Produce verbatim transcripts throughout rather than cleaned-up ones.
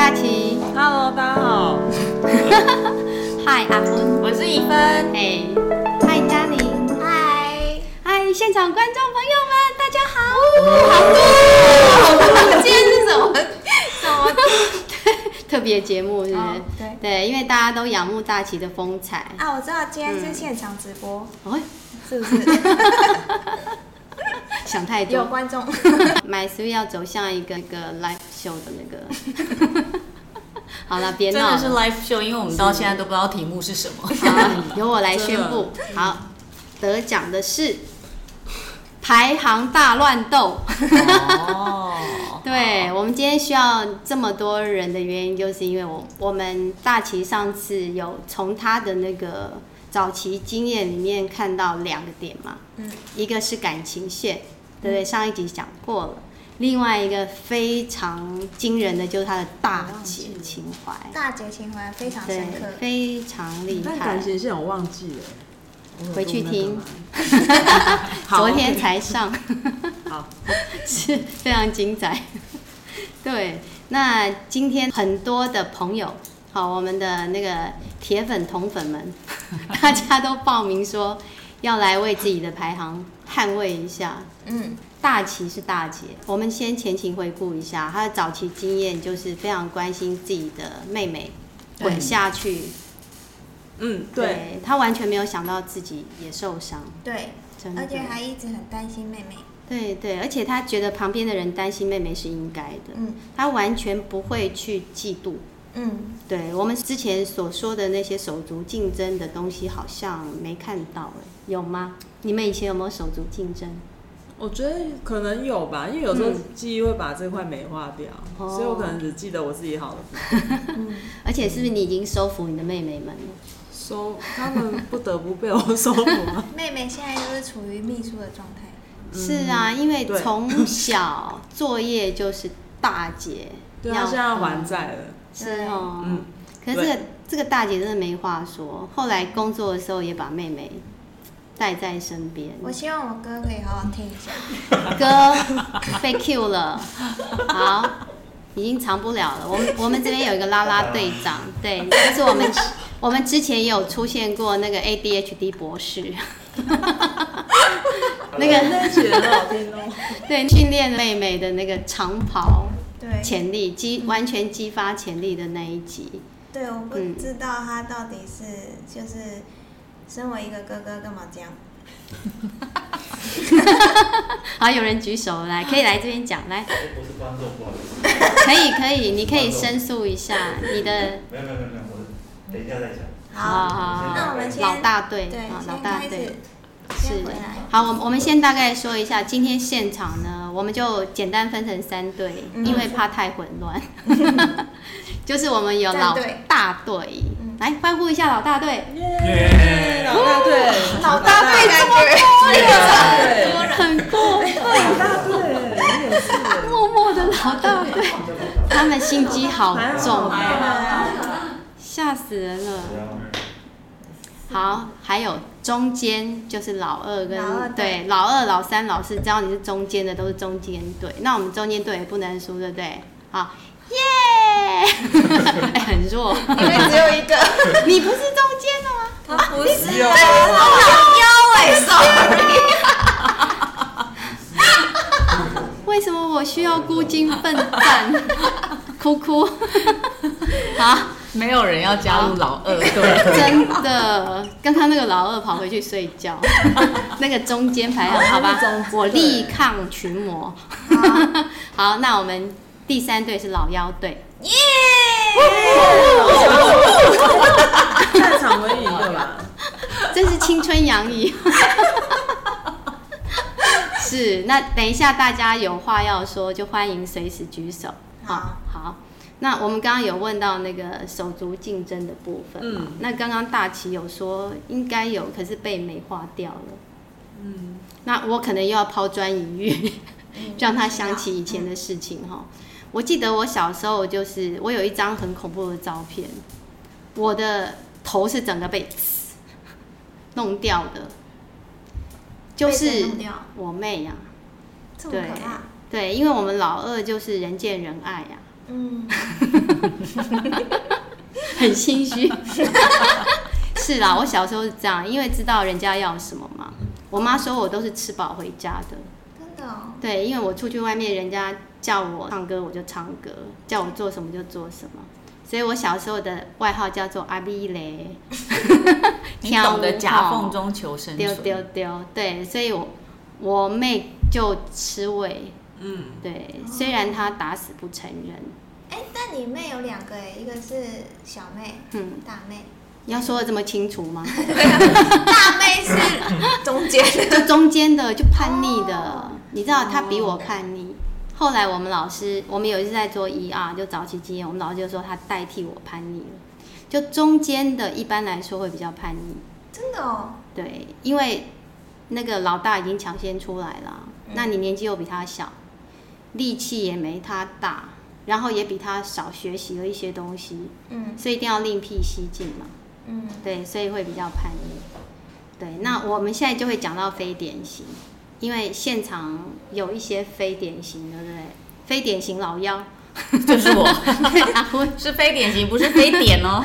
大齐 ，Hello， 大家好。 嗨，阿芬， 我是怡芬。 哎，嗨，嘉玲， 嗨， 嗨，现场观众朋友们，大家好。 哦、好多，好多。今天是什么？什么？ 特别节目是不是？哦、 对对，因为大家都仰慕大齐的风采啊。我知道今天是现场直播， 嗯、哦， 是不是？ 想太多。 有观众。 My Sweet 要走向一个一个 live show 的那个。好了，别闹了。 真的是 live show， 因为我们到现在都不知道题目是什么。 好，由我来宣布。好，得奖的是排行大乱斗。哦。对，我们今天需要这么多人的原因，就是因为我我们大齐上次有从他的那个早期经验里面看到两个点嘛。嗯。一个是感情线，对不对？上一集讲过了。另外一个非常惊人的就是他的大姐情怀， 大姐情怀非常深刻， 非常厉害。 但感情线我忘记了， 回去听。昨天才上， 好， 是非常精彩。对，那今天很多的朋友，好，我们的那个铁粉铜粉们，大家都报名说要来为自己的排行捍卫一下。嗯。大齐是大姐，我们先前情回顾一下，她的早期经验就是非常关心自己的妹妹滚下去。嗯，对，对她完全没有想到自己也受伤。 对，而且还一直很担心妹妹。 对对，而且她觉得旁边的人担心妹妹是应该的。嗯，她完全不会去嫉妒。嗯，对，我们之前所说的那些手足竞争的东西，好像没看到，有吗？你们以前有没有手足竞争？ 我觉得可能有吧，因为有时候记忆会把这块美化掉，嗯、所以我可能只记得我自己好的部分。 嗯、而且是不是你已经收服你的妹妹们了？ 收，他们不得不被我收服了。 妹妹现在就是处于秘书的状态。 嗯、是啊，因为从小作业就是大姐， 对，她现在要还债了。 是哦，嗯，可是这个这个大姐真的没话说，后来工作的时候也把妹妹带在身边。 我希望我歌可以好好听一下。 歌被 Q 了，好，已经藏不了了。我们我们这边有一个啦啦队长，对，就是我们我们之前也有出现过那个 A D H D 博士。那个那集很好听哦。 对，训练妹妹的那个长跑潜力，激嗯、 完全激发潜力的那一集。 对，我不知道他到底是就是。身为一个哥哥，干嘛这样？ 好，有人举手来，可以来这边讲，来。 我是观众，不好意思。 可以，可以，你可以申诉一下你的。 没有没有没有没有，我等一下再讲。 好好好， 那我们先老大队， 对， 老大队。 是， 好，我我们先大概说一下，今天现场呢，我们就简单分成三队，嗯、因为怕太混乱。就是我们有老大队，来欢呼一下老大队！ 耶！老大队， 老大队这么多人，很过分。 老大队， 默默的老大队，他们心机好重，吓死人了。好，还有中间就是老二跟老对老二、老三、老四，只要你是中间的，都是中间队。那我们中间队也不能输，对不对？好。耶！哎，很弱， 因为只有一个。 你不是中间的吗？ 他不是啊，他腰哎 ，sorry。 为什么我需要孤军奋战？哭哭。好， 没有人要加入老二队。 真的，刚刚那个老二跑回去睡觉。那个中间排行，好吧，我力抗群魔。好，那我们。第三队是老幺队， 耶！ 战场为赢的啦， 真是青春洋溢。是，那等一下大家有话要说，就欢迎随时举手。 好， 好。那我们刚刚有问到那个手足竞争的部分嘛？嗯、那刚刚大齐有说应该有，可是被美化掉了。嗯，那我可能又要抛砖引玉，让他想起以前的事情哈。嗯我记得我小时候就是我有一张很恐怖的照片，我的头是整个被弄掉的，就是我妹呀、 啊，这么可怕。 对，因为我们老二就是人见人爱呀、啊，嗯， 很心虚。是啦，我小时候是这样，因为知道人家要什么嘛。我妈说我都是吃饱回家的。 真的哦。 对，因为我出去外面，人家叫我唱歌我就唱歌，叫我做什么就做什么。所以我小时候的外号叫做阿咪嘞。 你懂得夹缝中求生存。 丢丢丢，对，所以我我妹就吃味。嗯，对，虽然她打死不承认。 哎，但你妹有两个哎，一个是小妹，嗯，大妹。 要说的这么清楚吗？ 大妹是中间的， 就中间的，就叛逆的。哦、你知道她比我叛逆。后来我们老师，我们有一次在做 E R， 就早期经验，我们老师就说她代替我叛逆了。就中间的，一般来说会比较叛逆。 真的哦。 对，因为那个老大已经抢先出来了，嗯、那你年纪又比他小，力气也没他大，然后也比他少学习了一些东西，嗯，所以一定要另辟蹊径嘛。嗯，对，所以会比较叛逆。对，那我们现在就会讲到非典型，因为现场有一些非典型，对不对？非典型老幺就是我，是非典型，不是非典哦。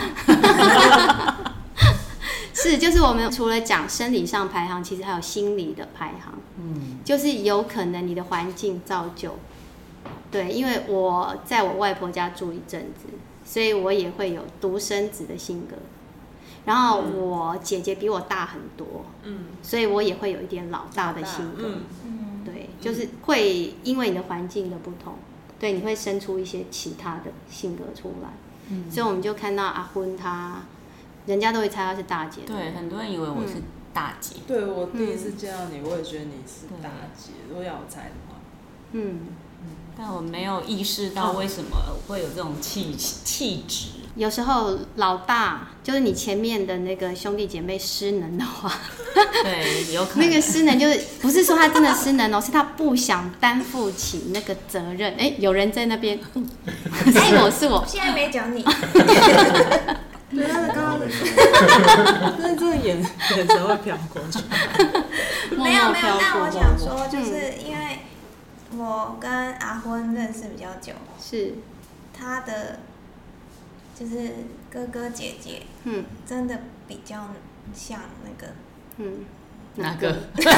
是，就是我们除了讲生理上排行，其实还有心理的排行。嗯，就是有可能你的环境造就。对，因为我在我外婆家住一阵子，所以我也会有独生子的性格。然后我姐姐比我大很多，嗯，所以我也会有一点老大的性格，嗯，对，就是会因为你的环境的不同，对，你会生出一些其他的性格出来，嗯，所以我们就看到阿昏她，人家都会猜她是大姐， 对，很多人以为我是大姐， 嗯、对我第一次见到你，我也觉得你是大姐，如果要我猜的话， 嗯， 但我没有意识到为什么会有这种气气质。 有时候老大就是你前面的那个兄弟姐妹失能的话， 对，有可能那个失能就是不是说他真的失能哦，是他不想担负起那个责任。哎，有人在那边，是我是我， 现在没讲你。 对，他的刚刚，但是这个眼眼神会飘过去。 没有没有，但我想说，就是因为我跟阿昏认识比较久， 是他的。就是哥哥姐姐，嗯，真的比较像那个，嗯， 哪个？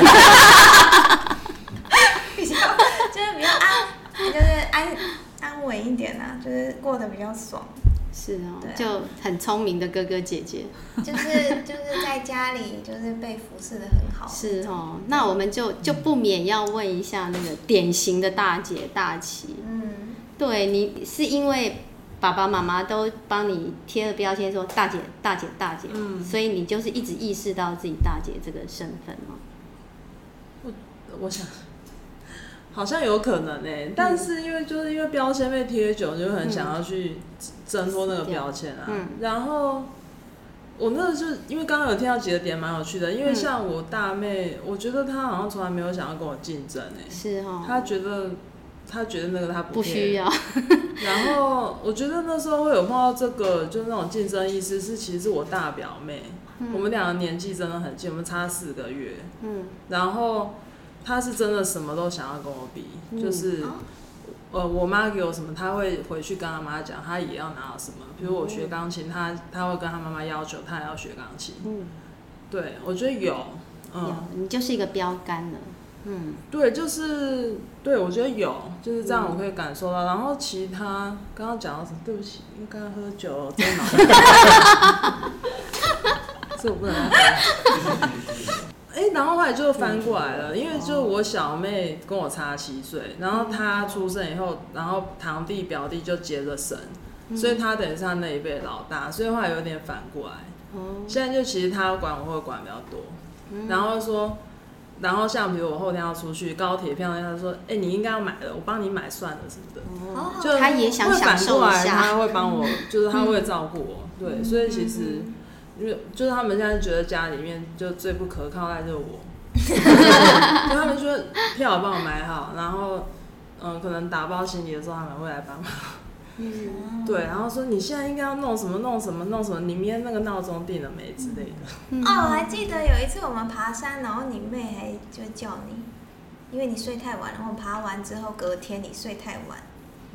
比较就是比较安，就是安安稳一点啊，就是过得比较爽。 是哦，啊、就很聪明的哥哥姐姐， 就是就是在家里就是被服侍得很好。 是哦，那我们就就不免要问一下那个典型的大姐大旗，嗯，对你是因为。爸爸妈妈都帮你贴了标签，说大姐、大姐、大姐，嗯，所以你就是一直意识到自己大姐这个身份吗？ 我我想，好像有可能诶、欸，但是因为就是因为标签被贴久，就很想要去挣脱那个标签啊。嗯、然后我那个就因为刚刚有听到几个点蛮有趣的，因为像我大妹，我觉得她好像从来没有想要跟我竞争诶、欸， 是哦， 她觉得。他觉得那个他 不, 不需要， 然后我觉得那时候会有碰到这个，就是那种竞争意识，是其实是我大表妹，嗯、我们两个年纪真的很近，我们差四个月，嗯，然后她是真的什么都想要跟我比，嗯、就是，呃，我妈给我什么，她会回去跟她妈讲，她也要拿到什么，比如我学钢琴，她她会跟她妈妈要求，她也要学钢琴，嗯，对我觉得有， 嗯，有，你就是一个标杆了。嗯， 对，就是对，我觉得有，就是这样，我可以感受到。嗯、然后其他刚刚讲到什么？对不起，因为刚刚喝酒，真的脑所以我不能喝。哎、欸，然后后来就翻过来了，因为就我小妹跟我差七岁，然后她出生以后，然后堂弟表弟就接着生，嗯、所以她等于是她那一辈老大，所以后来有点反过来。嗯、现在就其实她管我会管比较多，嗯、然后说。然后像比如我后天要出去高铁票，他说：“哎、欸，你应该要买了，我帮你买算了什么的。 哦”就他也想享受一下， 他会帮我，就是他会照顾我。嗯、对，所以其实因为就是他们现在觉得家里面就最不可靠的就是我，就他们说票帮我买好，然后嗯，可能打包行李的时候他们会来帮忙。嗯，对，然后说你现在应该要弄什么弄什么弄什么，你明天那个闹钟定了没之类的。 嗯、哦，我还记得有一次我们爬山，然后你妹还就叫你，因为你睡太晚，然后爬完之后隔天你睡太晚，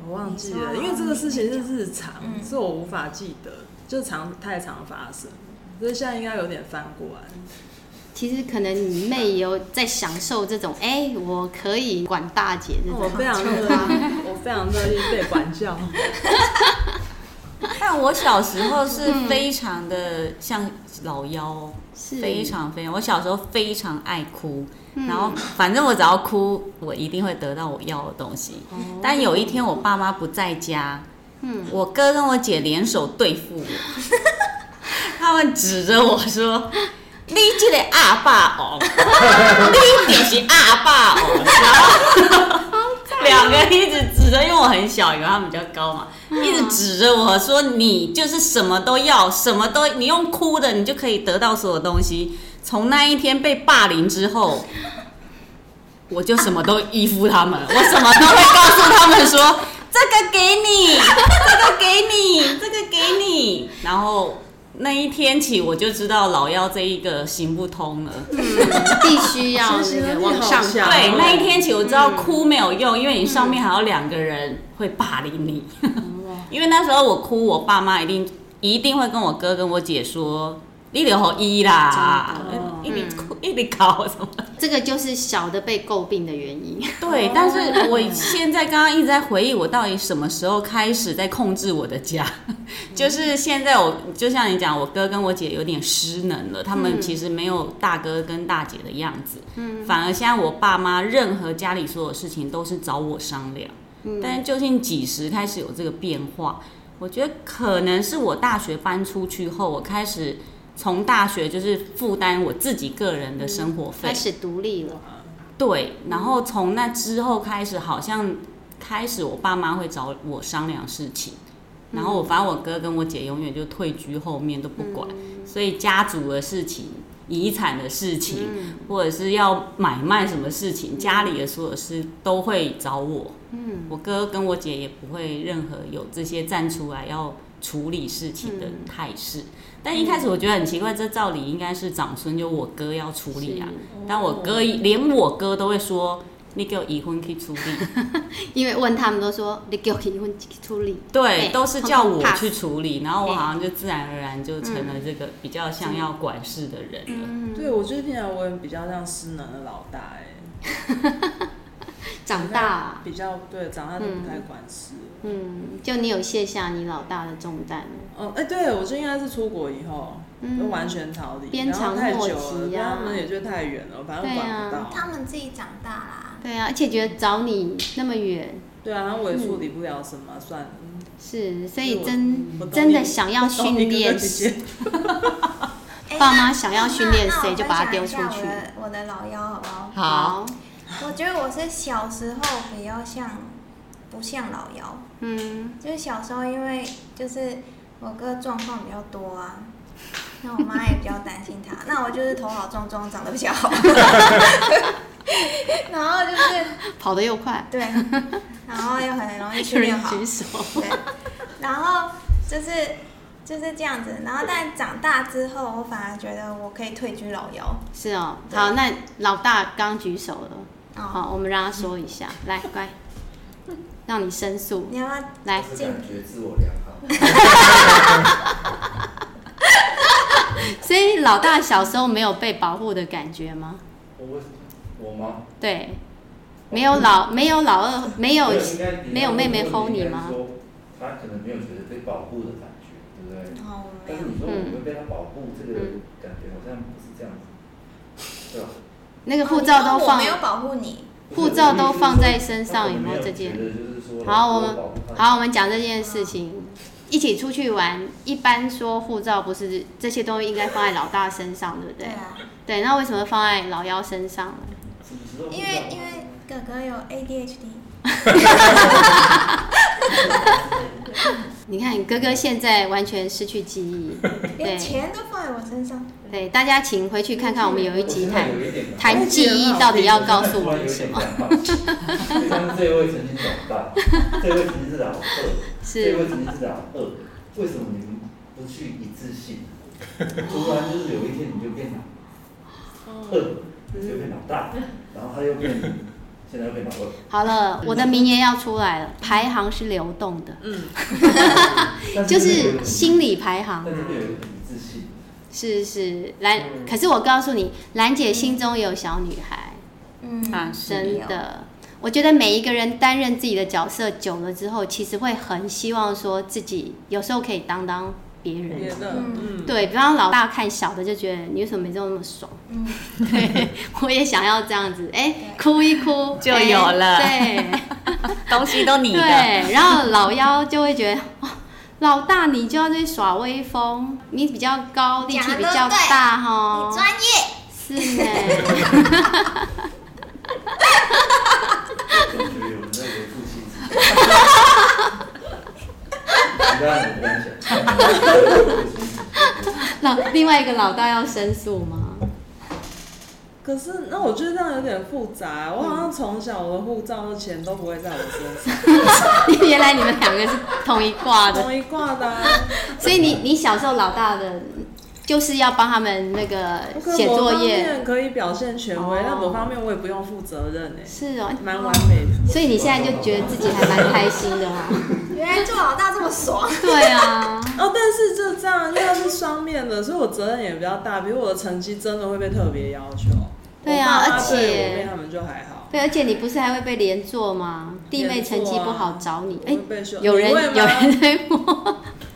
我忘记了，因为这个事情是日常，嗯、是我无法记得，就常太常发生，所以现在应该有点翻过来。 其实可能你妹也有在享受这种，哎、欸，我可以管大姐这种。 我非常乐意，我非常乐意被管教。 但我小时候是非常的像老幺，是非常非常。我小时候非常爱哭，嗯、然后反正我只要哭，我一定会得到我要的东西。哦、但有一天我爸妈不在家，嗯，我哥跟我姐联手对付我，他们指着我说。你这个阿爸哦，你就是阿爸哦，然后两个一直指着，因为我很小，因为他们比较高嘛，一直指着我说你就是什么都要，什么都你用哭的你就可以得到所有东西。从那一天被霸凌之后，我就什么都依附他们，我什么都会告诉他们说这个给你，这个给你，这个给你，然后。那一天起，我就知道老幺这一个行不通了， 嗯、必须要那个往上爬。 对，那一天起我知道哭没有用，因为你上面还有两个人会霸凌你。因为那时候我哭，我爸妈一定一定会跟我哥跟我姐说。你就好医啦，一直哭一直搞什么？ 这个就是小的被诟病的原因。 对，但是我现在刚刚一直在回忆，我到底什么时候开始在控制我的家？就是现在我就像你讲，我哥跟我姐有点失能了，他们其实没有大哥跟大姐的样子，嗯，反而现在我爸妈任何家里所有事情都是找我商量。嗯，但是究竟几时开始有这个变化？我觉得可能是我大学搬出去后，我开始。从大学就是负担我自己个人的生活费， 开始独立了。 对，然后从那之后开始，好像开始我爸妈会找我商量事情，然后我反正我哥跟我姐永远就退居后面都不管，嗯、所以家族的事情、遗产的事情，嗯、或者是要买卖什么事情，家里的所有事都会找我。嗯，我哥跟我姐也不会任何有这些站出来要处理事情的态势。嗯但一开始我觉得很奇怪，这照理应该是长孙就我哥要处理啊，但我哥连我哥都会说你给我离婚去处理， 因为问他们都说你给我离婚去处理， 对，都是叫我去处理，然后我好像就自然而然就成了这个比较像要管事的人了。 嗯、对，我觉得听起来我也比较像失能的老大哎。 长大、啊、 比较对，长大就不太管事。 嗯，就你有卸下你老大的重担。 哦，哎、欸，对，我就应该是出国以后，嗯、就完全逃离， 鞭长莫及啊。他们也觉得太远了，反正管不到、啊。 他们自己长大啦。 对啊，而且觉得找你那么远。 对啊，我也处理不了什么，嗯、算了。 是，所以真真的想要训练，爸妈想要训练谁就把他丢出去。 我的我的老幺好不好？ 好。 我觉得我是小时候比较像，不像老幺。嗯，就是小时候因为就是我哥状况比较多啊，那我妈也比较担心他，那我就是头好壮壮，长得比较好，然后就是跑得又快， 对，然后又很容易训练好，对，然后就是就是这样子，然后但长大之后，我反而觉得我可以退居老幺。 是哦，好，那老大刚举手了。哦、好，我们让他说一下，来，乖，让你申诉。 你要不要来？ 感觉自我良好。 所以老大小时候没有被保护的感觉吗？ 我我吗？ 对，没有老没有老二没有没有妹妹 hold 你吗？ 他可能没有觉得被保护的感觉，对不对？ 哦， 但是你说我们被他保护，这个感觉好像不是这样子，对吧？ 那个护照都放， 我没有保护你， 护照都放在身上，有没有这件？好，我们好，我们讲这件事情，一起出去玩，一般说护照不是这些东西应该放在老大身上，对不对？ 对啊。 对，那为什么放在老幺身上呢？ 因为因为哥哥有 A D H D。 你看，哥哥现在完全失去记忆， 连钱都放在我身上。 对，大家请回去看看我们有一集谈谈记忆到底要告诉我们什么。 像这位曾经长大，这位曾经是老二，这位曾经是老二，为什么你们不去一致性？突然就是有一天你就变老二，你就变老大，然后他又变现在变老二。 好了，我的名言要出来了，排行是流动的， 嗯， 就是心理排行。 但是会有很自信。 是是，兰，可是我告诉你，兰姐心中有小女孩， 嗯啊， 真的。我觉得每一个人担任自己的角色久了之后，其实会很希望说自己有时候可以当当别人。 别的，嗯， 对，比方老大看小的就觉得你为什么没这么那么爽？嗯，对，我也想要这样子，哎、欸，哭一哭就有了， 欸、对， 东西都你的。 对，然后老幺就会觉得，哦，老大你就要在耍威风，你比较高，力气比较大哈， 你专业， 是呢。 我觉得我们在维护亲子。你刚才怎么讲？老另外一个老大要申诉吗？ 可是那我觉得这样有点复杂。我好像从小我的护照的钱都不会在我身上。原来你们两个是同一挂的。 同一挂的、啊。 所以你你小时候老大的。就是要帮他们那个写作业， 某方面可以表现权威，但、哦、某方面我也不用负责任哎。 是哦， 蛮完美的。 所以你现在就觉得自己还蛮开心的哈、啊。 原来做老大这么爽。 对啊。 哦，但是就这样，因为它是双面的，所以我责任也比较大。比如我的成绩真的会被特别要求。 对啊，而且我妹他们就还好。 对，而且你不是还会被连坐吗？弟妹成绩不好找你，哎、 欸， 有人有人在摸。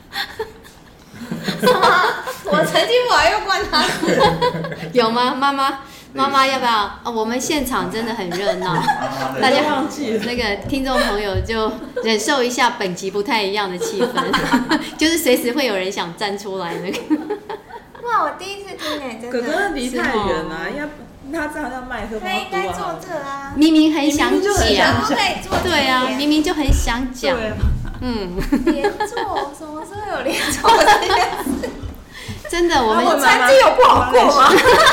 我成绩不好又关他事， 有吗？妈妈，妈妈要不要？哦，我们现场真的很热闹，大家忘记了那个听众朋友就忍受一下本集不太一样的气氛，就是随时会有人想站出来那个。 哇，我第一次听诶，真的。 可是离太远了，应该他这样像麦克风。 他应该坐这啊。 明明很想讲， 对啊，明明就很想讲。 嗯，连坐什么时候有连坐这件事？ 真的，我们成绩有不好过吗？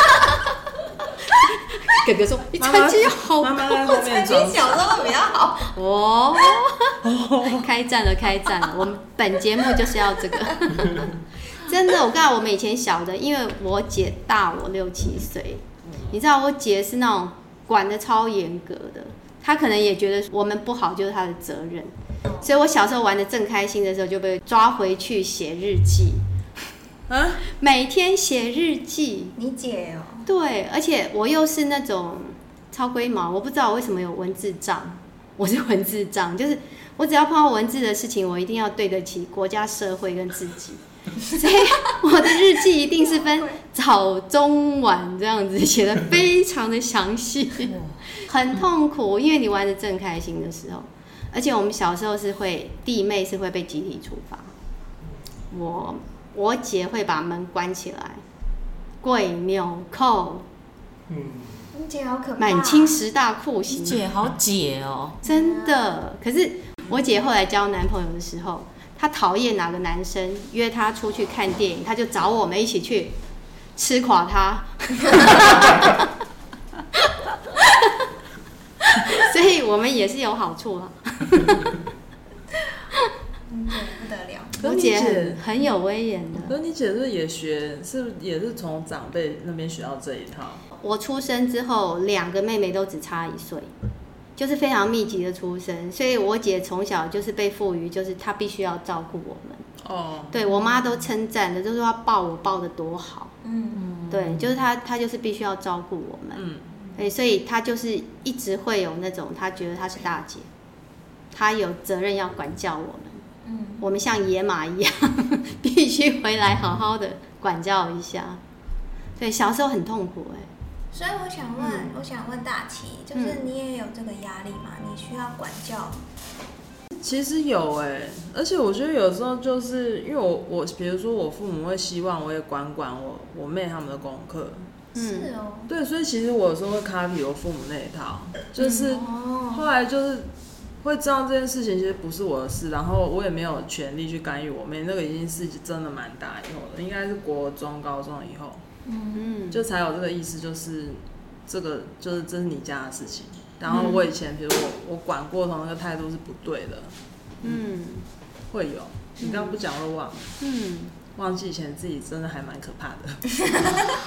哥哥说你成绩好高，我成绩小时候比较好。 哦，开战了，开战了！我们本节目就是要这个。真的，我告诉我们以前小的，因为我姐大我六七岁，你知道我姐是那种管得超严格的，她可能也觉得我们不好就是她的责任。所以我小时候玩的正开心的时候，就被抓回去写日记，啊，每天写日记。 你姐哦？ 对，而且我又是那种超龟毛，我不知道我为什么有文字障，我是文字障，就是我只要碰到文字的事情，我一定要对得起国家、社会跟自己，所以我的日记一定是分早、中、晚这样子写的非常的详细，很痛苦，因为你玩的正开心的时候。而且我们小时候是会弟妹是会被集体处罚，我我姐会把门关起来，跪纽扣， 嗯，你姐好可怕， 满清十大酷刑， 你姐好解哦， 真的。可是我姐后来交男朋友的时候，她讨厌哪个男生约她出去看电影，她就找我们一起去吃垮他。所以我们也是有好处啊。 嗯，不得了。 我姐很很有威严的。 可是你姐是也学，是不是也是从长辈那边学到这一套？ 我出生之后，两个妹妹都只差一岁，就是非常密集的出生，所以我姐从小就是被赋予，就是她必须要照顾我们。哦。对我妈都称赞的，就是说她抱我抱得多好。嗯。对，就是她，她就是必须要照顾我们。嗯。对，所以她就是一直会有那种，她觉得她是大姐，她有责任要管教我们。嗯，我们像野马一样，必须回来好好的管教一下。对，小时候很痛苦哎、欸。 所以我想问，嗯、我想问大齐，就是你也有这个压力吗？你需要管教？ 其实有哎、欸，而且我觉得有时候就是因为我我比如说我父母会希望我也管管我我妹他们的功课。 是哦。 对，所以其实我有时候会 copy 我父母那一套，就是后来就是会知道这件事情其实不是我的事，然后我也没有权利去干预我妹，那个已经是真的蛮大以后的，应该是国中、高中以后，嗯，就才有这个意识，就是这个就是这是你家的事情。然后我以前比如我我管过头那个态度是不对的，嗯，会有。你刚刚不讲我都忘了，嗯，忘记以前自己真的还蛮可怕的。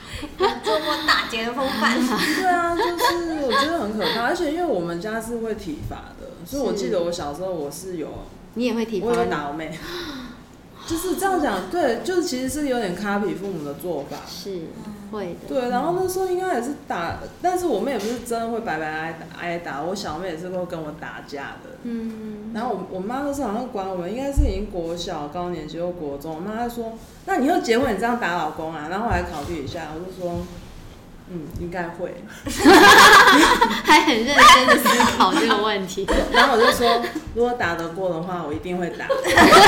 有做过打劫的风范。 对啊，就是我觉得很可怕，而且因为我们家是会体罚的，所以我记得我小时候我是有， 你也会体罚， 我也会打我妹。就是这样讲，对，就是其实是有点 copy 父母的做法， 是会的。 对，然后那时候应该也是打，但是我妹也不是真的会白白挨挨打，我小妹也是会跟我打架的。嗯。然后我我妈那时候好像管我们，应该是已经国小高年级或国中，我妈还说：“那你以后结婚你这样打老公啊？”然后我还考虑一下，我就说：“嗯，应该会。” 还很认真的思考这个问题。 然后我就说，如果打得过的话，我一定会打。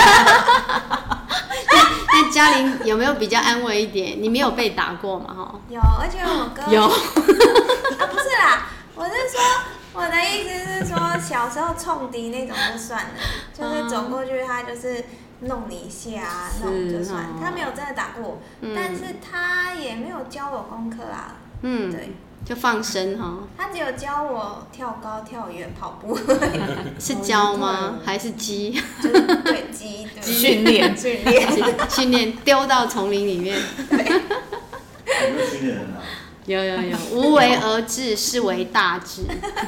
那嘉玲有没有比较安慰一点？你没有被打过嘛？哈， 有，而且我哥有。 啊，不是啦，我是说，我的意思是说，小时候冲敌那种就算了，就是走过去他就是弄你一下啊，那种就算。他没有真的打过我，嗯、但是他也没有教我功课啊。嗯，对。 就放生哈， 他只有教我跳高、跳远、跑步， 是教吗？还是鸡？ 就是对鸡训练训练训练丢到丛林里面。 对， 有没有训练人啊？ 有有有，无为而治，是为大治。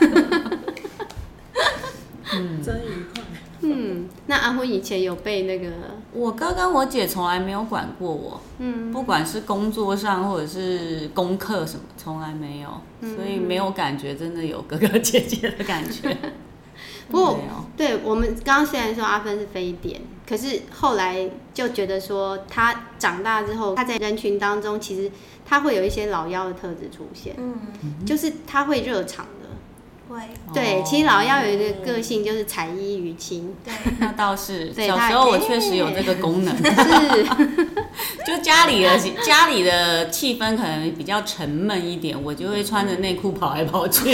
嗯，真愉快。 嗯，那阿辉以前有被那个？ 我哥跟我姐从来没有管过我，嗯，不管是工作上或者是功课什么，从来没有，嗯、所以没有感觉真的有哥哥姐姐的感觉。 不过，对我们刚刚虽然说阿芬是非典，可是后来就觉得说他长大之后，他在人群当中，其实他会有一些老幺的特质出现，嗯，就是他会热场。对，其实老幺有一个个性就是采衣娱亲。 对， 那倒是。小时候我确实有这个功能。 是。 就家里的家里的气氛可能比较沉闷一点，我就会穿着内裤跑来跑去。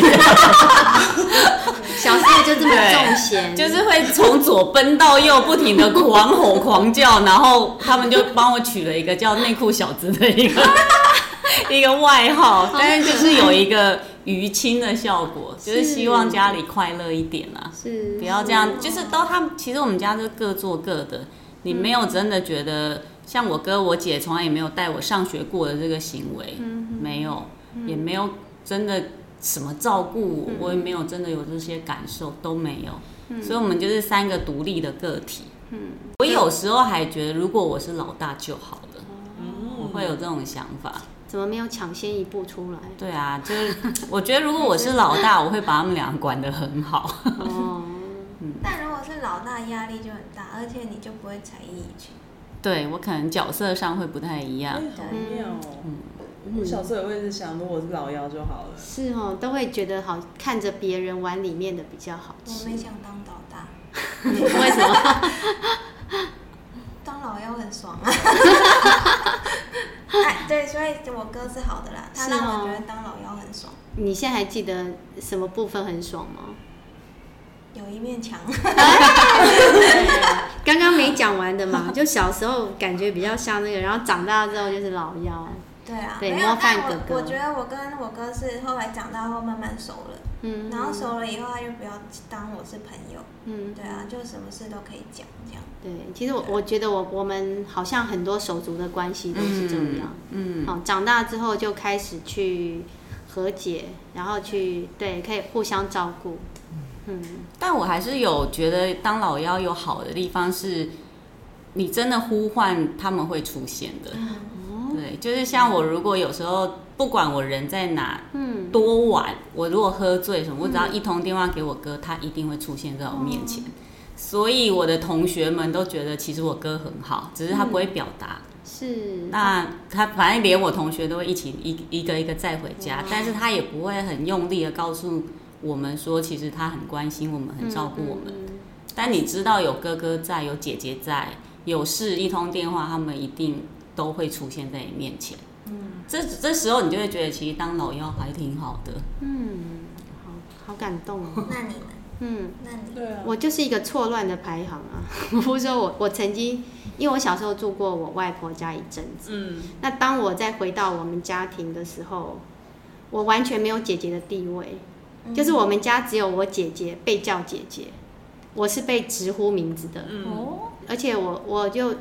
小时候就这么重咸， 就是会从左奔到右，不停的狂吼狂叫，然后他们就帮我取了一个叫内裤小子的一个一个外号，但是就是有一个娱亲的效果，就是希望家里快乐一点啦， 是， 不要这样，就是都他们其实我们家就各做各的，你没有真的觉得像我哥我姐从来也没有带我上学过的这个行为，没有，也没有真的什么照顾我，我也没有真的有这些感受，都没有，所以我们就是三个独立的个体。我有时候还觉得如果我是老大就好了，我会有这种想法。 怎么没有抢先一步出来？ 对啊，就是我觉得如果我是老大，我会把他们俩管得很好。 哦，嗯、但如果是老大，压力就很大，而且你就不会采衣娱亲。 对，我可能角色上会不太一样。 好妙哦！嗯，我小时候也会是想，如果我是老幺就好了。 是哦，都会觉得好看着别人碗里面的比较好吃。 我没想当老大。 为什么？ 当老幺很爽啊！哎，对，所以我哥是好的啦，他让我觉得当老幺很爽。 你现在还记得什么部分很爽吗？ 有一面墙。 刚刚没讲完的嘛，就小时候感觉比较像那个，然后长大之后就是老幺。 对啊， 对，模范哥哥。 我觉得我跟我哥是后来长大后慢慢熟了，嗯，然后熟了以后他就不要当我是朋友，嗯，对啊，就什么事都可以讲这样。 对，其实我我觉得我我们好像很多手足的关系都是这样，嗯，好，长大之后就开始去和解，然后去对可以互相照顾，嗯， 但我还是有觉得当老幺有好的地方是，你真的呼唤他们会出现的。对，就是像我，如果有时候不管我人在哪，嗯，多晚，我如果喝醉什么，我只要一通电话给我哥，他一定会出现在我面前。所以我的同学们都觉得，其实我哥很好，只是他不会表达。 是。 那他反正连我同学都会一起一一个一个载回家，但是他也不会很用力的告诉我们说，其实他很关心我们，很照顾我们。但你知道有哥哥在，有姐姐在，有事一通电话，他们一定都会出现在你面前，嗯，这这时候你就会觉得其实当老幺还挺好的， 嗯，好好感动哦。 那你呢？ 嗯， 那你对啊， 我就是一个错乱的排行啊。我不是说我我曾经，因为我小时候住过我外婆家一阵子，嗯，那当我再回到我们家庭的时候，我完全没有姐姐的地位，嗯、就是我们家只有我姐姐被叫姐姐，我是被直呼名字的，嗯，而且我我就。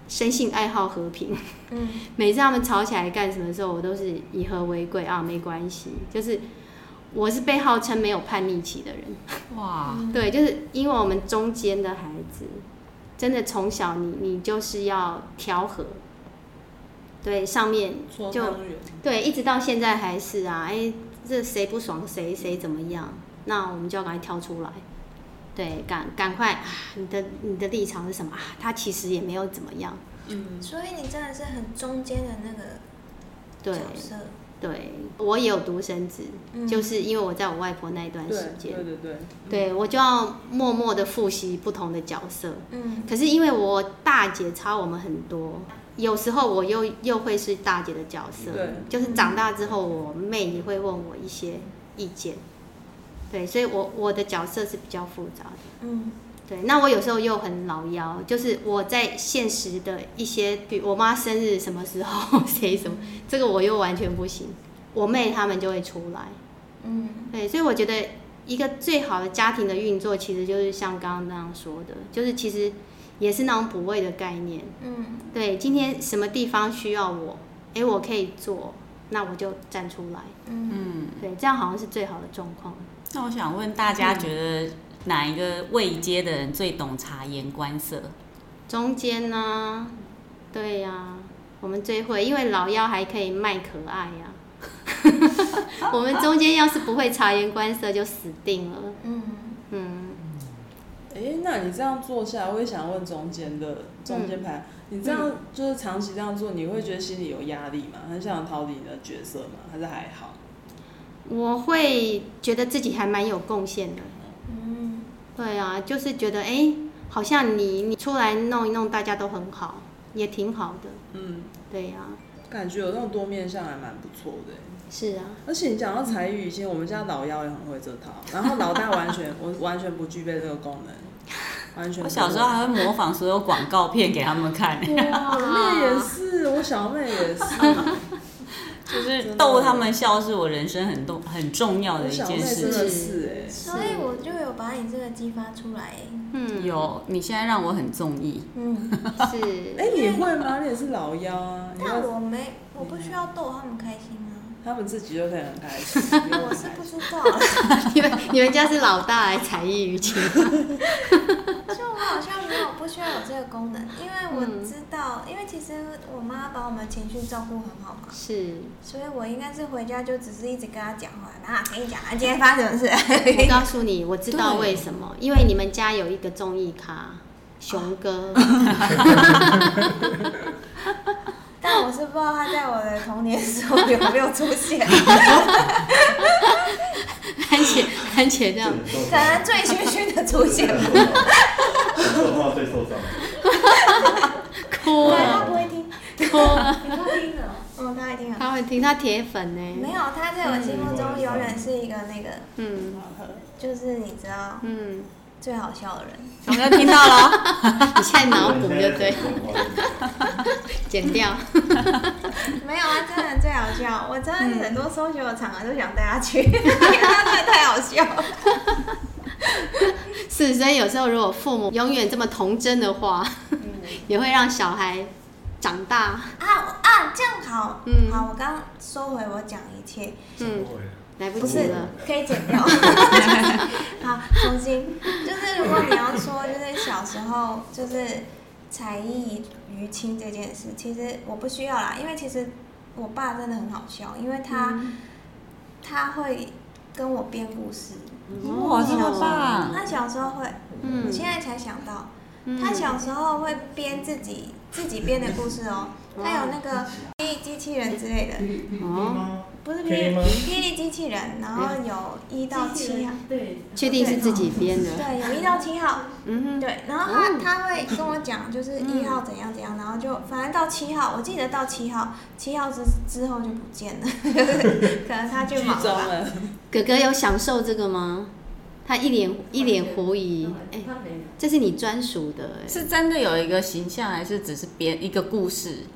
生性爱好和平。 嗯， 每次他们吵起来干什么的时候，我都是以和为贵啊，没关系。就是我是被号称没有叛逆期的人。 哇， 对，就是因为我们中间的孩子，真的从小你你就是要调和。对，上面就对，一直到现在还是啊，哎、欸，这谁不爽谁谁怎么样，那我们就要赶快挑出来。对，赶赶快啊！你的你的立场是什么啊？他其实也没有怎么样。 嗯，所以你真的是很中间的那个角色。 对，对我也有独生子、嗯，就是因为我在我外婆那一段时间， 对对对， 对我就要默默的复习不同的角色。 嗯， 可是因为我大姐差我们很多，有时候我又又会是大姐的角色。 对， 就是长大之后，我妹也会问我一些意见。对，所以我我的角色是比较复杂的。 嗯， 对，那我有时候又很老妖，就是我在现实的一些，比如我妈生日什么时候，谁什么，这个我又完全不行。我妹她们就会出来。 嗯， 对，所以我觉得一个最好的家庭的运作，其实就是像刚刚那样说的，就是其实也是那种补位的概念。 嗯， 对，今天什么地方需要我，哎，我可以做，那我就站出来。 嗯， 对，这样好像是最好的状况。 那我想问大家，觉得哪一个位阶的人最懂察言观色？ 中间呢、啊？对呀、啊，我们最会，因为老幺还可以卖可爱呀、啊。我们中间要是不会察言观色，就死定了。 嗯嗯。 哎、欸，那你这样做下来，我也想问中间的中间牌、嗯，你这样就是长期这样做，你会觉得心里有压力吗？很想逃离你的角色吗？还是还好？ 我会觉得自己还蛮有贡献的。 嗯， 对啊，就是觉得哎、欸，好像你你出来弄一弄，大家都很好，也挺好的。 嗯， 对呀、啊， 感觉有那种多面向还蛮不错的。 是啊， 而且你讲到才艺，以前我们家老幺也很会这套，然后老大完全我完全不具备这个功能。完全我小时候还会模仿所有广告片给他们看。 哇，我妹也是，我小妹也是。 就是逗他们笑是我人生很重很重要的一件事情。 是哎， 所以我就有把你这个激发出来。 嗯，有。你现在让我很中意。 嗯， 是。 哎、欸，你会吗？你也是老幺啊。 但我没，我不需要逗他们开心啊。 他们自己就可以很开心。 我是不知道。 你们你们家是老大还才艺于情？ 就我好像没有不需要有这个功能，因为我知道，嗯、因为其实我妈把我们情绪照顾很好嘛。 是。 所以我应该是回家就只是一直跟她讲话，然后跟你讲啊，今天发生什么事？ 我告诉你，我知道为什么，因为你们家有一个综艺咖，熊哥。 但我是不知道他在我的童年时候有没有出现。 番茄番茄这样， 可能醉醺醺的出现吧。 说话最受伤。 哭啊！ 他不会听。 哭啊！ 他会听的。嗯，他会听啊。 他会听，他铁粉呢。 没有，他在我心目中永远是一个那个， 嗯， 就是你知道， 嗯， 最好笑的人。 我们又听到了。 你现在脑补就对。剪掉。 没有啊，真的最好笑。我真的是很多搜学的场合都想带他去，因为他真的太好笑了。 是，所以有时候如果父母永远这么童真的话，嗯、也会让小孩长大。 啊啊，这样好，嗯，好，我刚刚收回我讲一切， 嗯，来不及了， 可以剪掉。好，重新，就是如果你要说，就是小时候就是才艺于亲这件事，其实我不需要啦，因为其实我爸真的很好笑，因为他、嗯、他会跟我编故事。 哇，这么棒！ 他小时候会，嗯，我现在才想到，嗯、他小时候会编自己自己编的故事哦。他有那个霹雳机器人之类的，哦，不是霹雳霹雳机器人，然后有一到七号， 对，确定是自己编的， 对，有一到七号，嗯哼，对，然后他他会跟我讲，就是一号怎样怎样，然后就反正到七号，我记得到七号，七号之之后就不见了，可能他就忙了。 哥哥有享受这个吗？他一脸一脸狐疑，哎、欸，这是你专属的、欸， 是真的有一个形象，还是只是编一个故事？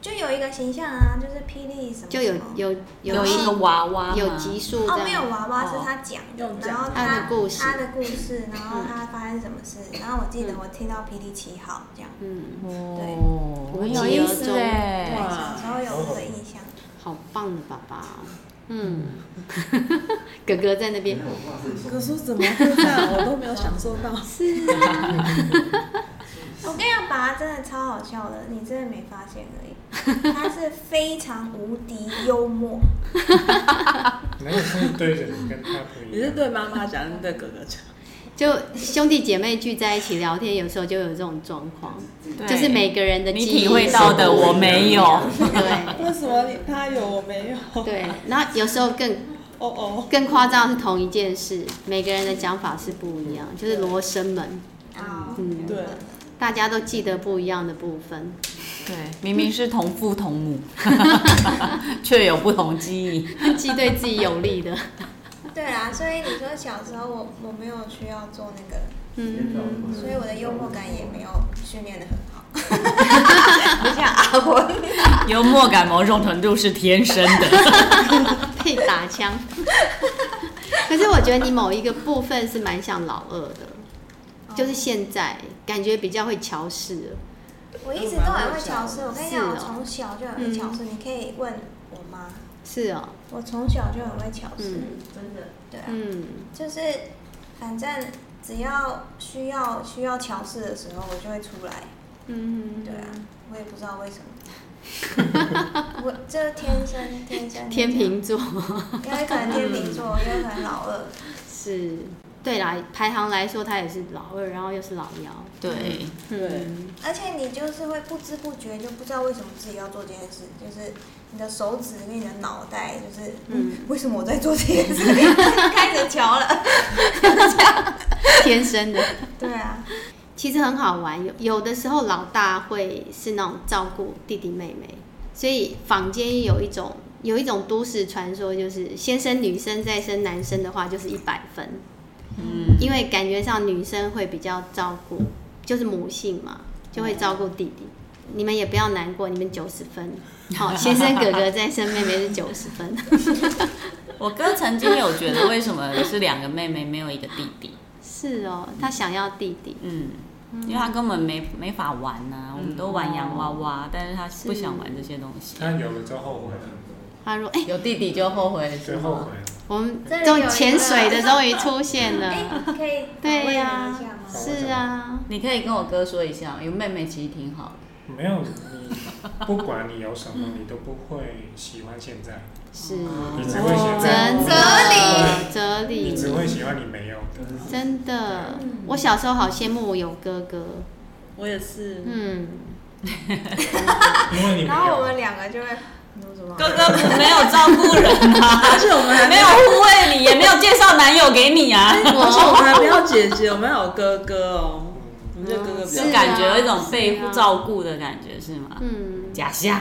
就有一个形象啊，就是霹雳什么什么， 就有有有一个娃娃吗， 有集数哦，没有娃娃是他讲的， 哦然后他的故事， 他的故事，然后他发生什么事，然后我记得我听到霹雳七号这样， 嗯， 对， 哦，很有意思哎， 对，小时候有这个印象， 好棒的爸爸，嗯，哥哥在那边， 哥说怎么会这样，我都没有享受到， 是啊。 我跟你讲，爸爸真的超好笑的，你真的没发现而已。他是非常无敌幽默。 那个是对着你跟他不一样。 你是对妈妈讲，还是对哥哥讲？ 就兄弟姐妹聚在一起聊天，有时候就有这种状况，就是每个人的记忆你体会到的我没有。 对。 为什么你他有我没有？ 对，然后有时候更哦哦更夸张的是同一件事，每个人的讲法是不一样，就是罗生门。 嗯， 对。 大家都记得不一样的部分， 对，明明是同父同母，却有不同记忆， 记对自己有利的。 对啊，所以你说小时候我我没有需要做那个，嗯，所以我的幽默感也没有训练得很好，不像阿文， 幽默感某种程度是天生的， 被打枪。可是我觉得你某一个部分是蛮像老二的。就是现在感觉比较会乔事了。 我一直都很会乔事，我跟你讲，我从小就很会乔事。你可以问我妈。 是哦。 我从小就很会乔事，真的。对啊。嗯。就是反正只要需要需要乔事的时候，我就会出来。嗯。对啊，我也不知道为什么。我这天生天生。 天秤座。 也有可能天秤座，也有可能老二。 是。对啦，排行来说他也是老二，然后又是老幺。 对， 对。 而且你就是会不知不觉就不知道为什么自己要做这件事，就是你的手指跟你的脑袋，就是嗯，为什么我在做这件事？开始瞧了，这样。 天生的。 对啊。 其实很好玩，有有的时候老大会是那种照顾弟弟妹妹，所以坊间有一种有一种都市传说，就是先生女生再生男生的话就是一百分。嗯，因为感觉上女生会比较照顾，就是母性嘛，就会照顾弟弟。你们也不要难过，你们九十分。好、哦，先生哥哥再生妹妹是九十分。 我哥曾经有觉得，为什么是两个妹妹没有一个弟弟？ 是哦，他想要弟弟。 嗯，因为他根本没没法玩呐、啊，我们都玩洋娃娃，但是他不想玩这些东西。 他有了之后后悔了。 他说：“哎、欸， 有弟弟就后悔了， 就后悔了。” 我们这种潜水的终于出现了， 可以对呀，是啊， 你可以跟我哥说一下，有妹妹其实挺好的。 没有你，不管你有什么，你都不会喜欢现在。 是， 你只会喜欢哲理，哲理， 你只会喜欢你没有的。 真的，我小时候好羡慕我有哥哥。 我也是。 嗯。 因为你然后我们两个就会。 哥哥没有照顾人啊， 而且我们还没有护卫你，也没有介绍男友给你啊。 而且我们还没有姐姐，我们还有哥哥哦。我们这哥哥比较感觉有一种被照顾的感觉是吗？ 嗯， 假象。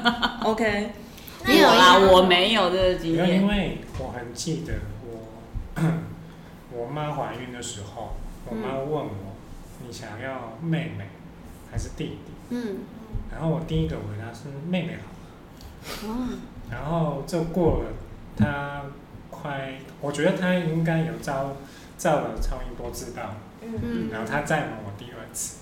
OK， 没有啦，我没有这个经验。 因为我很记得我我妈怀孕的时候，我妈问我，你想要妹妹还是弟弟？嗯，然后我第一个回答是妹妹好。然后就过了，他快，我觉得他应该有照照了超音波知道，嗯，然后他再问我第二次，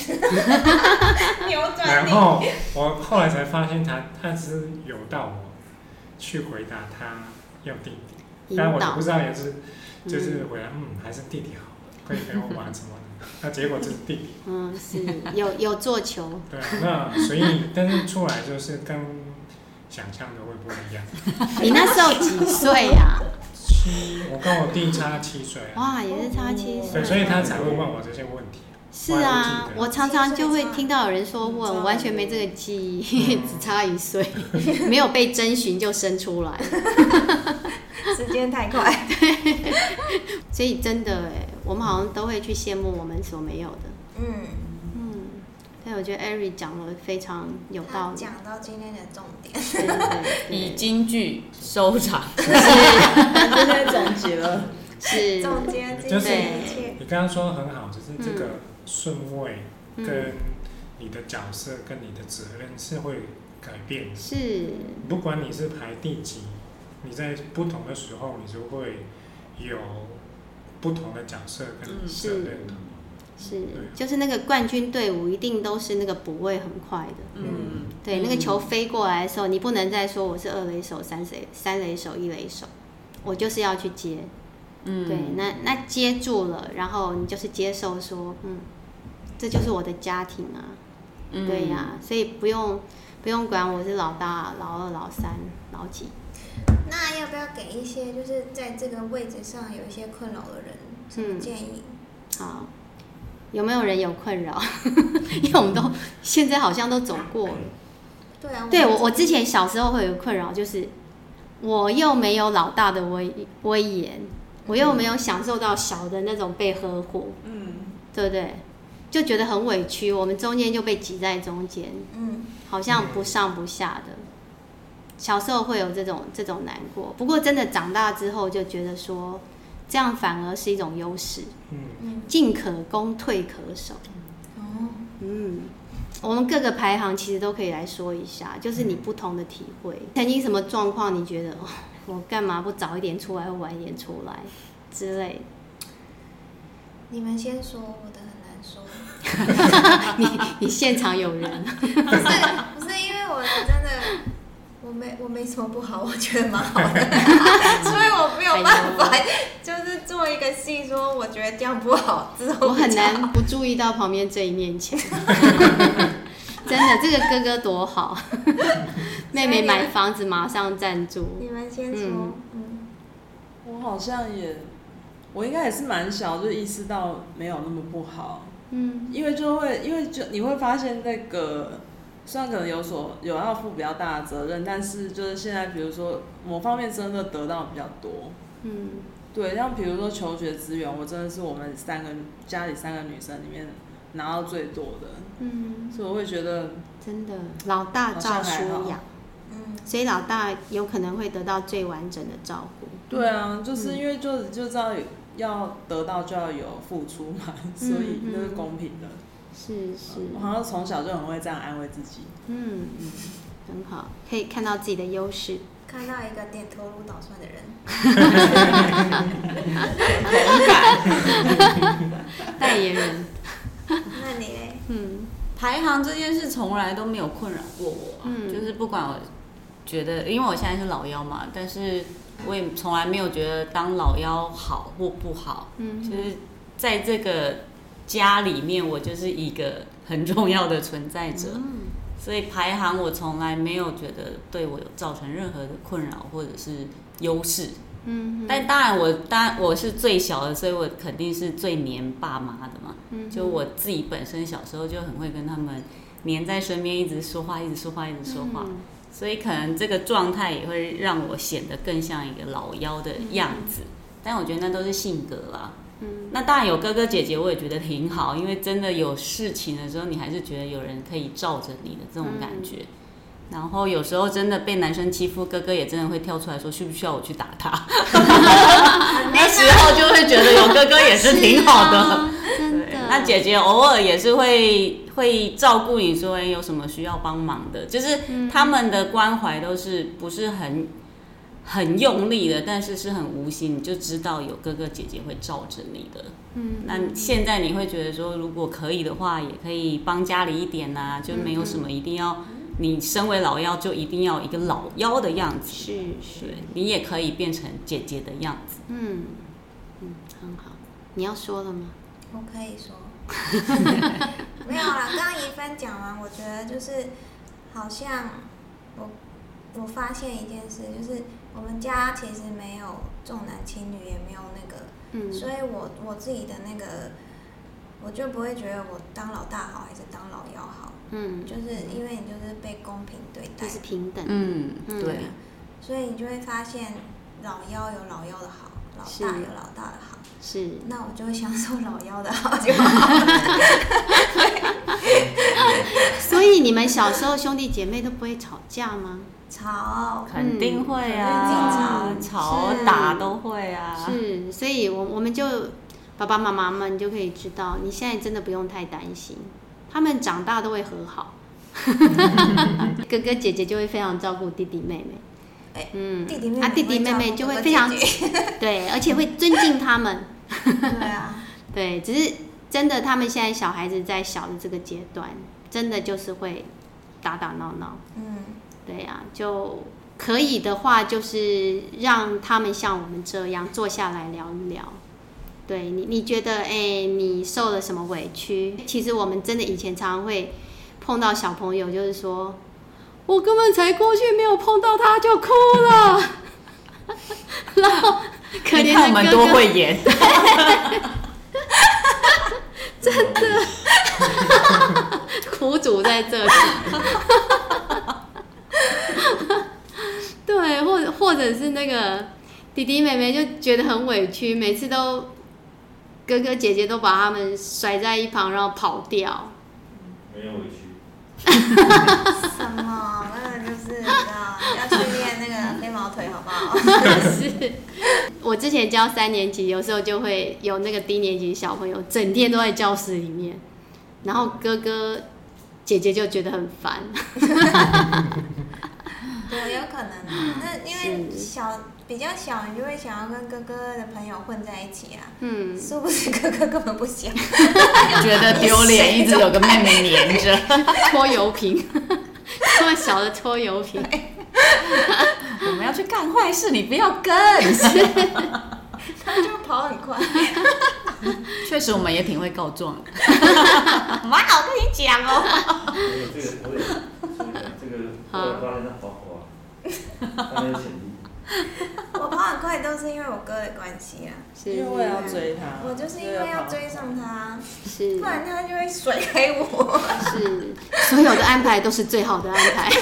然后我后来才发现他他是有到我去回答他要弟弟，但我就不知道也是就是回答嗯还是弟弟好，可以陪我玩什么的，那结果就是弟弟， 嗯是有有做球， 对，那所以但是出来就是跟。想象的会不一样。 你那时候几岁呀、啊？ 七，我跟我弟差七岁、啊。 哇，也是差七岁。 对，所以他才会问我这些问题。 是啊，我常常就会听到有人说问，我完全没这个记忆， 嗯、 只差一岁，没有被征询就生出来。 时间太快。 对，所以真的哎，我们好像都会去羡慕我们所没有的。嗯。对，我觉得 Ari 讲的非常有道理。 讲到今天的重点， 对对对， 以金句收场。 今天总结了， 是总结今就是天一切。 你刚刚说很好，就是这个顺位跟你的角色跟你的责任是会改变。 是， 不管你是排第几，你在不同的时候，你就会有不同的角色跟责任。 是，就是那个冠军队伍一定都是那个补位很快的。嗯，对，那个球飞过来的时候，你不能再说我是二垒手、三垒三垒手、一垒手，我就是要去接。嗯，对，那那接住了，然后你就是接受说，嗯，这就是我的家庭啊。嗯、对呀、啊，所以不用不用管我是老大、老二、老三、老几。 那要不要给一些就是在这个位置上有一些困扰的人什么建议？ 嗯、好。有没有人有困扰？因为我们都现在好像都走过了。 对啊。 对我，我之前小时候会有困扰，就是我又没有老大的威威严，我又没有享受到小的那种被呵护，嗯，对不对？就觉得很委屈，我们中间就被挤在中间，嗯，好像不上不下的。小时候会有这种这种难过，不过真的长大之后就觉得说。这样反而是一种优势，嗯，进可攻，退可守。哦，嗯，我们各个排行其实都可以来说一下，就是你不同的体会。曾经什么状况，你觉得、哦、我干嘛不早一点出来，或晚一点出来之类的？ 你们先说，我的很难说。 你你现场有人？ 不是不是，因为我的真的。我没我没什么不好，我觉得蛮好的，所以我没有办法，就是做一个戏说我觉得这样不好，之后我很难不注意到旁边这一面墙。真的，这个哥哥多好，妹妹买房子马上赞助。 你们先说。嗯， 嗯我好像也，我应该也是蛮小就意识到没有那么不好。嗯，因为就会，因为就你会发现那个。虽然可能有所有要负比较大的责任，但是就是现在，比如说某方面真的得到比较多，嗯，对，像比如说求学资源，我真的是我们三个家里三个女生里面拿到最多的，嗯，所以我会觉得真的老大照书养，嗯，所以老大有可能会得到最完整的照顾。 对啊，就是因为就就知道要得到就要有付出嘛，所以那是公平的。 是是， 我好像从小就很会这样安慰自己。嗯嗯，很好，可以看到自己的优势， 看到一个点头如捣蒜的人。 同感。代言人。 那你嘞？ 嗯，排行这件事从来都没有困扰过我、啊，嗯、就是不管我觉得，因为我现在是老幺嘛，但是我也从来没有觉得当老幺好或不好。嗯，就是在这个。家里面我就是一个很重要的存在者，嗯、所以排行我从来没有觉得对我有造成任何的困扰或者是优势。嗯，但当然我当然我是最小的，所以我肯定是最黏爸妈的嘛。嗯，就我自己本身小时候就很会跟他们黏在身边，一直说话，一直说话，一直说话，嗯、所以可能这个状态也会让我显得更像一个老幺的样子。嗯、但我觉得那都是性格啦。那当然有哥哥姐姐，我也觉得挺好，因为真的有事情的时候，你还是觉得有人可以罩着你的这种感觉。嗯、然后有时候真的被男生欺负，哥哥也真的会跳出来说需不需要我去打他。那时候就会觉得有哥哥也是挺好的。啊、真的。那姐姐偶尔也是会会照顾你说，哎，有什么需要帮忙的，就是他们的关怀都是不是很。很用力的，但是是很无心，你就知道有哥哥姐姐会罩着你的。嗯，那现在你会觉得说，如果可以的话，也可以帮家里一点啊，就没有什么一定要，你身为老幺就一定要一个老幺的样子。是是，你也可以变成姐姐的样子。嗯嗯，很好。你要说了吗？ 我可以说。没有啦，刚刚怡芬讲完，我觉得就是好像我我发现一件事，就是我们家其实没有重男轻女，也没有那个，嗯，所以我我自己的那个，我就不会觉得我当老大好还是当老幺好，嗯，就是因为你就是被公平对待， 就是平等， 嗯，对， 所以你就会发现老幺有老幺的好，老大有老大的好， 是， 那我就会享受老幺的好就好了。 所以你们小時候兄弟姐妹都不會吵架嗎？ 吵， 肯定會啊，嗯、吵打都會啊。 是，所以我我們就爸爸媽媽們就可以知道，你現在真的不用太擔心，他們長大都會和好。 哥哥姐姐就会非常照顾弟弟妹妹。 哎，嗯，弟弟妹妹啊，弟弟妹妹就会非常姐姐对，而且会尊敬他们。 对啊， 对，只是真的，他们现在小孩子在小的这个阶段，真的就是会打打闹闹。嗯，对呀、啊，就可以的话，就是让他们像我们这样坐下来聊一聊。对你，你觉得，哎、欸，你受了什么委屈？其实我们真的以前常常会碰到小朋友，就是说，我根本才过去没有碰到他就哭了，然后可怜的哥哥， 你看我们多会演， 真的，苦主在这里。对，或者或者是那个弟弟妹妹就觉得很委屈，每次都哥哥姐姐都把他们甩在一旁，然后跑掉。 没有委屈。 什么？那个就是你知道，要去练那个飞毛腿，好不好？ 是，我之前教三年级，有时候就会有那个低年级小朋友，整天都在教室里面，然后哥哥姐姐就觉得很烦。 对，有可能。那因为小比较小，你就会想要跟哥哥的朋友混在一起啊。嗯。殊不知哥哥根本不想， 觉得丢脸，一直有个妹妹黏着， 拖油瓶，这么小的拖油瓶。 我们要去干坏事，你不要跟。 他就跑很快。 确实，我们也挺会告状的。妈，我跟你讲哦。 这个我也，这个后来发现他滑滑，他没有潜力。 我跑很快都是因为我哥的关系啊， 因为我也要追他， 我就是因为要追上他， 是， 不然他就会甩开我。 是，所有的安排都是最好的安排。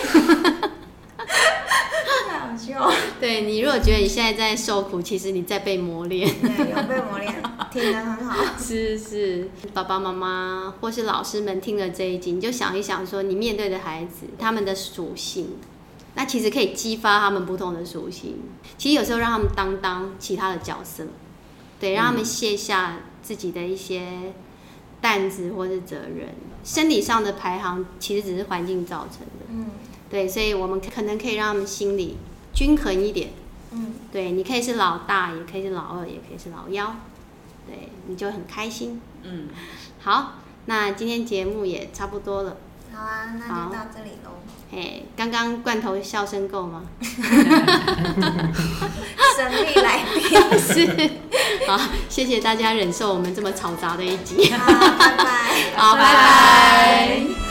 太好笑。 对，你如果觉得你现在在受苦，其实你在被磨练。 对，有被磨练，听得很好。 是是，爸爸妈妈或是老师们听了这一集，你就想一想说，你面对的孩子他们的属性，那其实可以激发他们不同的属性。其实有时候让他们当当其他的角色，对，让他们卸下自己的一些担子或是责任。生理上的排行其实只是环境造成的。嗯。对，所以我们可能可以让他们心里均衡一点。嗯，对，你可以是老大，也可以是老二，也可以是老幺，对，你就很开心。嗯，好，那今天节目也差不多了。 好啊，那就到这里喽。 哎，刚刚罐头笑声够吗？ 神秘来宾是，好，谢谢大家忍受我们这么嘈杂的一集。 好，拜拜。 好，拜拜。